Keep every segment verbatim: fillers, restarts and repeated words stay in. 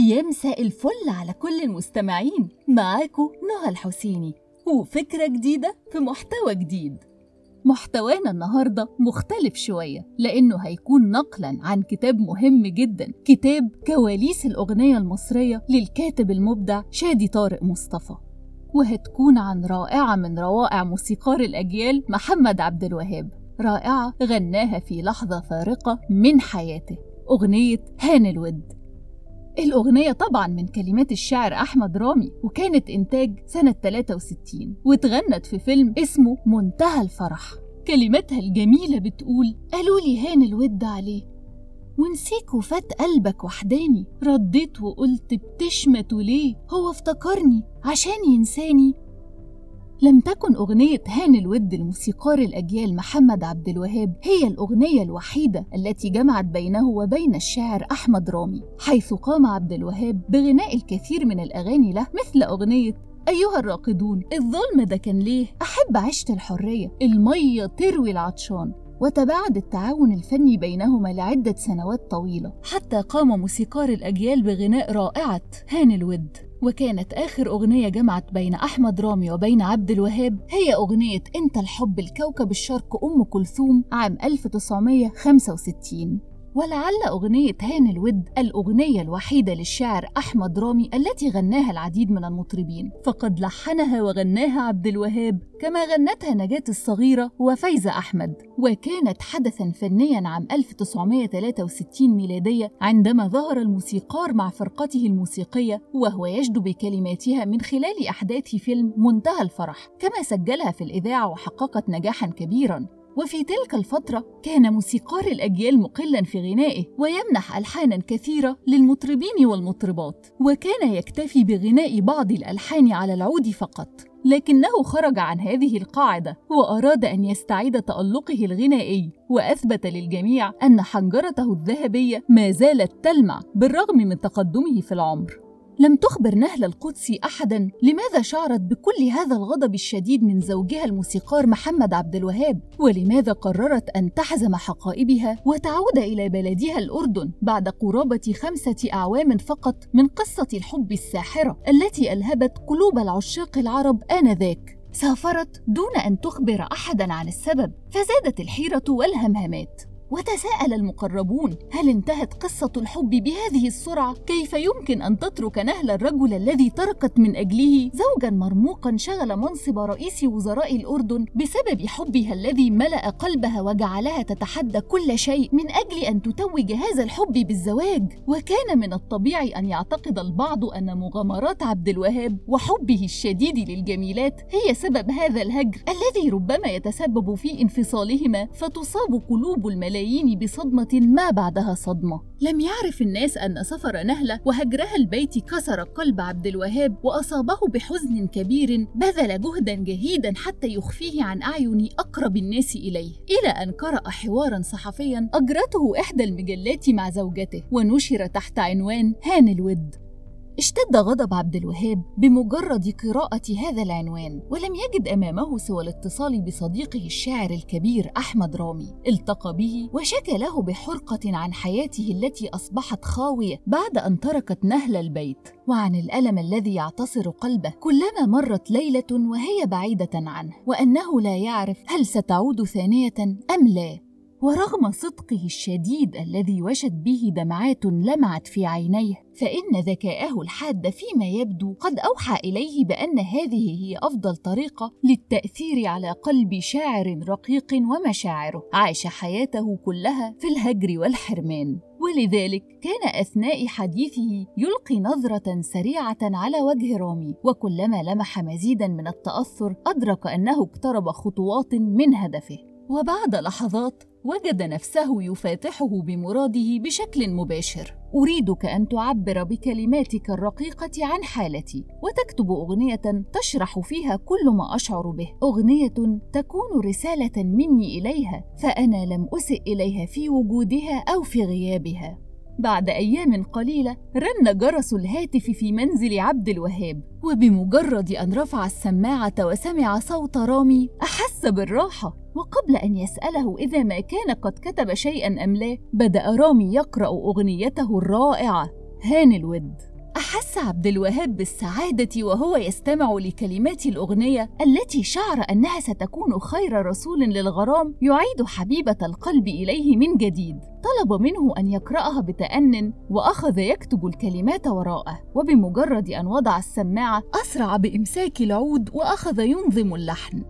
يا مساء الفل على كل المستمعين، معاكم نهى الحسيني وفكرة جديدة في محتوى جديد. محتوانا النهاردة مختلف شوية لأنه هيكون نقلاً عن كتاب مهم جداً، كتاب كواليس الأغنية المصرية للكاتب المبدع شادي طارق مصطفى، وهتكون عن رائعة من روائع موسيقار الأجيال محمد عبد الوهاب، رائعة غناها في لحظة فارقة من حياته، أغنية هان الود. الأغنية طبعاً من كلمات الشاعر أحمد رامي، وكانت إنتاج سنة ثلاثة وستين، واتغنت في فيلم اسمه منتهى الفرح. كلماتها الجميلة بتقول: قالوا لي هان الود عليه ونسيك وفات قلبك وحداني، رديت وقلت بتشمت ليه، هو افتكرني عشان ينساني. لم تكن أغنية هان الود الموسيقار الأجيال محمد عبد الوهاب هي الأغنية الوحيدة التي جمعت بينه وبين الشاعر أحمد رامي، حيث قام عبد الوهاب بغناء الكثير من الأغاني له، مثل أغنية أيها الراقدون، الظلم ده كان ليه، أحب عشت الحرية، المية تروي العطشان. وتباعد التعاون الفني بينهما لعدة سنوات طويلة، حتى قام موسيقار الأجيال بغناء رائعة هان الود. وكانت آخر أغنية جمعت بين أحمد رامي وبين عبد الوهاب هي أغنية أنت الحب الكوكب الشرق أم كلثوم عام ألف وتسعمائة وخمسة وستين. ولعل أغنية هان الود الأغنية الوحيدة للشاعر أحمد رامي التي غناها العديد من المطربين، فقد لحنها وغناها عبد الوهاب كما غنتها نجاة الصغيرة وفايزة أحمد. وكانت حدثاً فنياً عام ألف وتسعمائة وثلاثة وستين ميلادية عندما ظهر الموسيقار مع فرقته الموسيقية وهو يجدو بكلماتها من خلال أحداث فيلم منتهى الفرح، كما سجلها في الإذاعة وحققت نجاحاً كبيراً. وفي تلك الفترة كان موسيقار الأجيال مقلاً في غنائه ويمنح ألحاناً كثيرة للمطربين والمطربات، وكان يكتفي بغناء بعض الألحان على العود فقط، لكنه خرج عن هذه القاعدة وأراد أن يستعيد تألقه الغنائي، وأثبت للجميع أن حنجرته الذهبية ما زالت تلمع بالرغم من تقدمه في العمر. لم تخبر نهلة القدسي أحداً لماذا شعرت بكل هذا الغضب الشديد من زوجها الموسيقار محمد عبد الوهاب، ولماذا قررت أن تحزم حقائبها وتعود إلى بلدها الأردن بعد قرابة خمسة أعوام فقط من قصة الحب الساحرة التي ألهبت قلوب العشاق العرب آنذاك. سافرت دون أن تخبر أحداً عن السبب، فزادت الحيرة والهمهمات، وتساءل المقربون: هل انتهت قصة الحب بهذه السرعة؟ كيف يمكن أن تترك نهلة الرجل الذي تركت من أجله زوجاً مرموقاً شغل منصب رئيس وزراء الأردن بسبب حبها الذي ملأ قلبها وجعلها تتحدى كل شيء من أجل أن تتوج هذا الحب بالزواج؟ وكان من الطبيعي أن يعتقد البعض أن مغامرات عبد الوهاب وحبه الشديد للجميلات هي سبب هذا الهجر الذي ربما يتسبب في انفصالهما، فتصاب قلوب الملايين بصدمة ما بعدها صدمة. لم يعرف الناس أن سفر نهلة وهجرها البيت كسر قلب عبد الوهاب وأصابه بحزن كبير، بذل جهدا جهيدا حتى يخفيه عن أعين أقرب الناس إليه، إلى أن قرأ حوارا صحفيا أجرته إحدى المجلات مع زوجته ونشر تحت عنوان هان الود. اشتد غضب عبد الوهاب بمجرد قراءة هذا العنوان، ولم يجد أمامه سوى الاتصال بصديقه الشاعر الكبير أحمد رامي. التقى به وشكى له بحرقة عن حياته التي أصبحت خاوية بعد أن تركت نهلة البيت، وعن الألم الذي يعتصر قلبه كلما مرت ليلة وهي بعيدة عنه، وأنه لا يعرف هل ستعود ثانية أم لا. ورغم صدقه الشديد الذي وشت به دمعات لمعت في عينيه، فإن ذكاءه الحاد فيما يبدو قد أوحى إليه بأن هذه هي أفضل طريقة للتأثير على قلب شاعر رقيق ومشاعره عاش حياته كلها في الهجر والحرمان. ولذلك كان أثناء حديثه يلقي نظرة سريعة على وجه رامي، وكلما لمح مزيداً من التأثر أدرك أنه اقترب خطوات من هدفه. وبعد لحظات وجد نفسه يفاتحه بمراده بشكل مباشر: أريدك أن تعبر بكلماتك الرقيقة عن حالتي، وتكتب أغنية تشرح فيها كل ما أشعر به، أغنية تكون رسالة مني إليها، فأنا لم أسئ إليها في وجودها أو في غيابها. بعد أيام قليلة رن جرس الهاتف في منزل عبد الوهاب، وبمجرد أن رفع السماعة وسمع صوت رامي أحس بالراحة. وقبل أن يسأله إذا ما كان قد كتب شيئاً أم لا، بدأ رامي يقرأ أغنيته الرائعة هان الود. أحس عبد الوهاب بالسعادة وهو يستمع لكلمات الأغنية التي شعر أنها ستكون خير رسول للغرام يعيد حبيبة القلب إليه من جديد. طلب منه أن يقرأها بتأنٍ وأخذ يكتب الكلمات وراءه، وبمجرد أن وضع السماعة أسرع بإمساك العود وأخذ ينظم اللحن.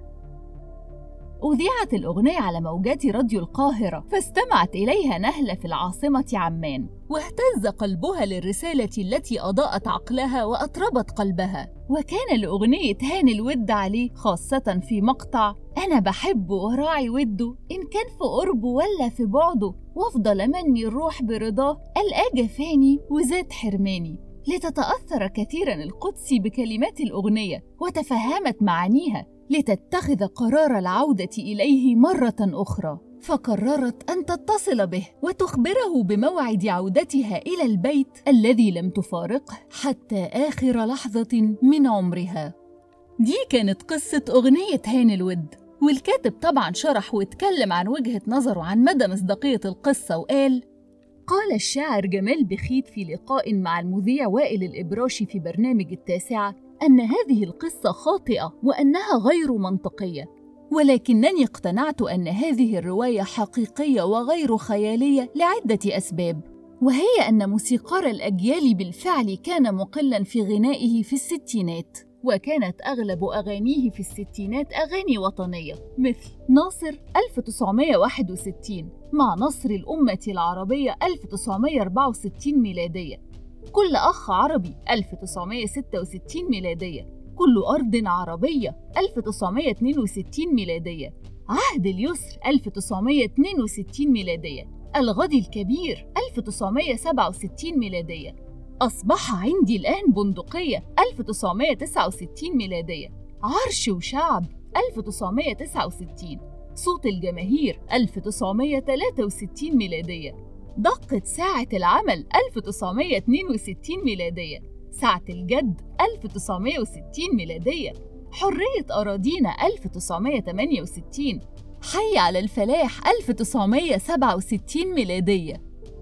أذيعت الأغنية على موجات راديو القاهرة، فاستمعت إليها نهلة في العاصمة عمان، واهتز قلبها للرسالة التي أضاءت عقلها وأطربت قلبها. وكان لأغنية هاني الود عليه، خاصة في مقطع أنا بحبه وراعي وده، إن كان في قربه ولا في بعده، وافضل أمني الروح برضاه، ألقى جفاني وزاد حرماني. لتتأثر كثيرا القدسي بكلمات الأغنية وتفهمت معانيها، لتتخذ قرار العودة إليه مرة أخرى. فقررت أن تتصل به وتخبره بموعد عودتها إلى البيت الذي لم تفارقه حتى آخر لحظة من عمرها. دي كانت قصة أغنية هاني الود، والكاتب طبعا شرح واتكلم عن وجهة نظره عن مدى مصداقية القصة وقال: قال الشاعر جمال بخيت في لقاء مع المذيع وائل الإبراشي في برنامج التاسعة أن هذه القصة خاطئة وأنها غير منطقية، ولكنني اقتنعت أن هذه الرواية حقيقية وغير خيالية لعدة أسباب، وهي أن موسيقار الأجيال بالفعل كان مقلاً في غنائه في الستينات، وكانت أغلب أغانيه في الستينات أغاني وطنية مثل ناصر ألف وتسعمائة وواحد وستين مع نصر الأمة العربية ألف وتسعمائة وأربعة وستين ميلادية، كل أخ عربي ألف وتسعمائة وستة وستين ميلادية، كل أرض عربية ألف وتسعمائة واثنين وستين ميلادية، عهد اليسر ألف وتسعمائة واثنين وستين ميلادية، الغد الكبير ألف وتسعمائة وسبعة وستين ميلادية، أصبح عندي الآن بندقية ألف وتسعمائة وتسعة وستين ميلادية، عرش وشعب ألف وتسعمائة وتسعة وستين، صوت الجماهير ألف وتسعمائة وثلاثة وستين ميلادية، دقة ساعة العمل ألف وتسعمائة واثنين وستين ميلادية، ساعة الجد ألف وتسعمائة وستين ميلادية، حرية أراضينا ألف وتسعمائة وثمانية وستين، حي على الفلاح ألف وتسعمائة وسبعة وستين ميلادية،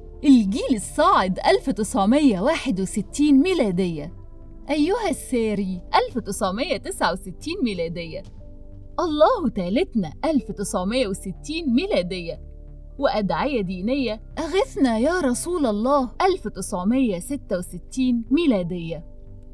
الجيل الصاعد ألف وتسعمائة وواحد وستين ميلادية، أيها الساري ألف وتسعمائة وتسعة وستين ميلادية، الله تالتنا ألف وتسعمائة وستين ميلادية، وأدعية دينية أغثنا يا رسول الله ألف وتسعمائة وستة وستين ميلادية،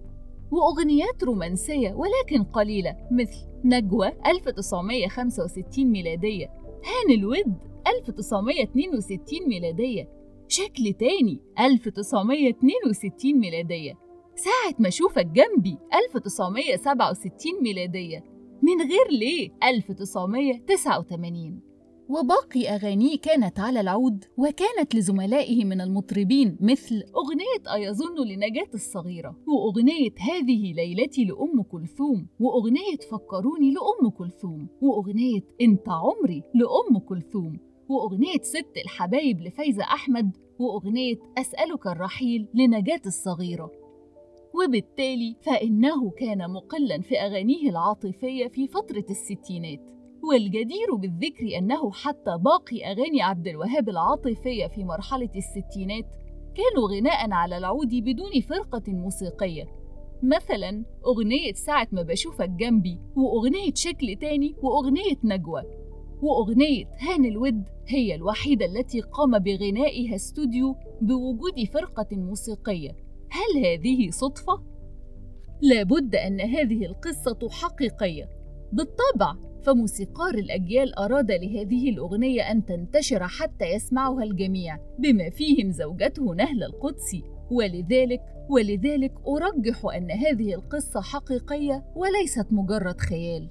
وأغنيات رومانسية ولكن قليلة مثل نجوى ألف وتسعمائة وخمسة وستين ميلادية، هاني الود ألف وتسعمائة واثنين وستين ميلادية، شكل تاني ألف وتسعمائة واثنين وستين ميلادية، ساعة ما أشوفك جنبي ألف وتسعمائة وسبعة وستين ميلادية، من غير ليه ألف وتسعمائة وتسعة وثمانين. وباقي أغانيه كانت على العود، وكانت لزملائه من المطربين مثل أغنية أيظن لنجاة الصغيرة، وأغنية هذه ليلتي لأم كلثوم، وأغنية فكروني لأم كلثوم، وأغنية أنت عمري لأم كلثوم، وأغنية ست الحبايب لفايزة أحمد، وأغنية أسألك الرحيل لنجاة الصغيرة. وبالتالي فإنه كان مقلاً في أغانيه العاطفية في فترة الستينات، والجدير بالذكر أنه حتى باقي أغاني عبد الوهاب العاطفية في مرحلة الستينات كانوا غناء على العود بدون فرقة موسيقية، مثلا أغنية ساعة ما بشوفك جنبي، وأغنية شكل تاني، وأغنية نجوى. وأغنية هاني الود هي الوحيدة التي قام بغنائها استوديو بوجود فرقة موسيقية. هل هذه صدفة؟ لابد أن هذه القصة حقيقية بالطبع، فموسيقار الأجيال أراد لهذه الأغنية أن تنتشر حتى يسمعها الجميع، بما فيهم زوجته نهلة القدسي، ولذلك ولذلك أرجح أن هذه القصة حقيقية وليست مجرد خيال.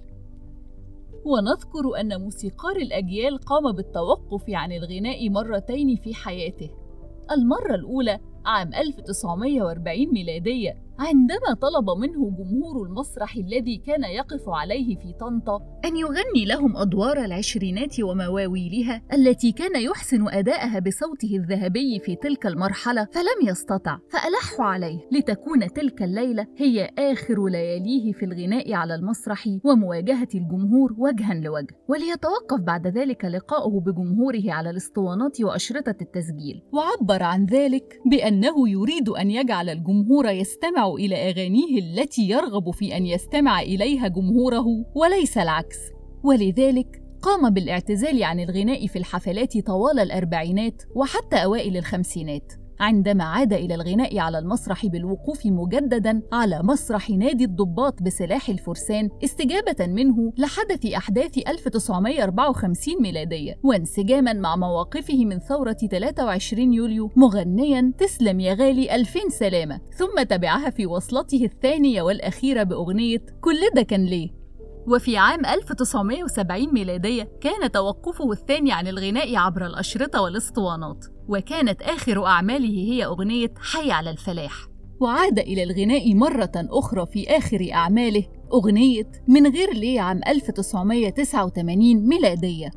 ونذكر أن موسيقار الأجيال قام بالتوقف عن الغناء مرتين في حياته، المرة الأولى عام ألف وتسعمائة وأربعين ميلادية عندما طلب منه جمهور المسرح الذي كان يقف عليه في طنطا أن يغني لهم أدوار العشرينات ومواويلها التي كان يحسن أداءها بصوته الذهبي في تلك المرحلة، فلم يستطع، فألحوا عليه لتكون تلك الليلة هي آخر لياليه في الغناء على المسرح ومواجهة الجمهور وجها لوجه، وليتوقف بعد ذلك لقاؤه بجمهوره على الاسطوانات وأشرطة التسجيل. وعبر عن ذلك بأنه يريد أن يجعل الجمهور يستمع إلى أغانيه التي يرغب في أن يستمع إليها جمهوره وليس العكس، ولذلك قام بالاعتزال عن الغناء في الحفلات طوال الأربعينات وحتى أوائل الخمسينات، عندما عاد إلى الغناء على المسرح بالوقوف مجدداً على مسرح نادي الضباط بسلاح الفرسان استجابة منه لحدث أحداث ألف وتسعمائة وأربعة وخمسين ميلادية، وانسجاماً مع مواقفه من ثورة ثلاثة وعشرين يوليو، مغنياً تسلم يا غالي ألفين سلامة، ثم تبعها في وصلته الثانية والأخيرة بأغنية كل ده كان ليه. وفي عام ألف وتسعمائة وسبعين ميلادية كان توقفه الثاني عن الغناء عبر الأشرطة والاسطوانات، وكانت آخر أعماله هي أغنية حي على الفلاح. وعاد إلى الغناء مرة أخرى في آخر أعماله أغنية من غير ليه عام ألف وتسعمائة وتسعة وثمانين ميلادية.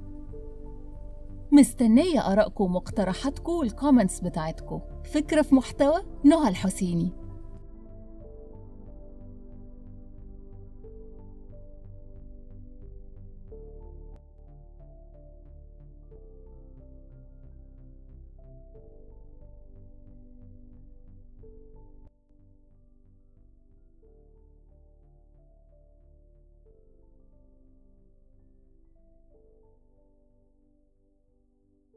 مستنية آرائكم ومقترحاتكم والكومنتس بتاعتكم. فكرة في محتوى نهى الحسيني.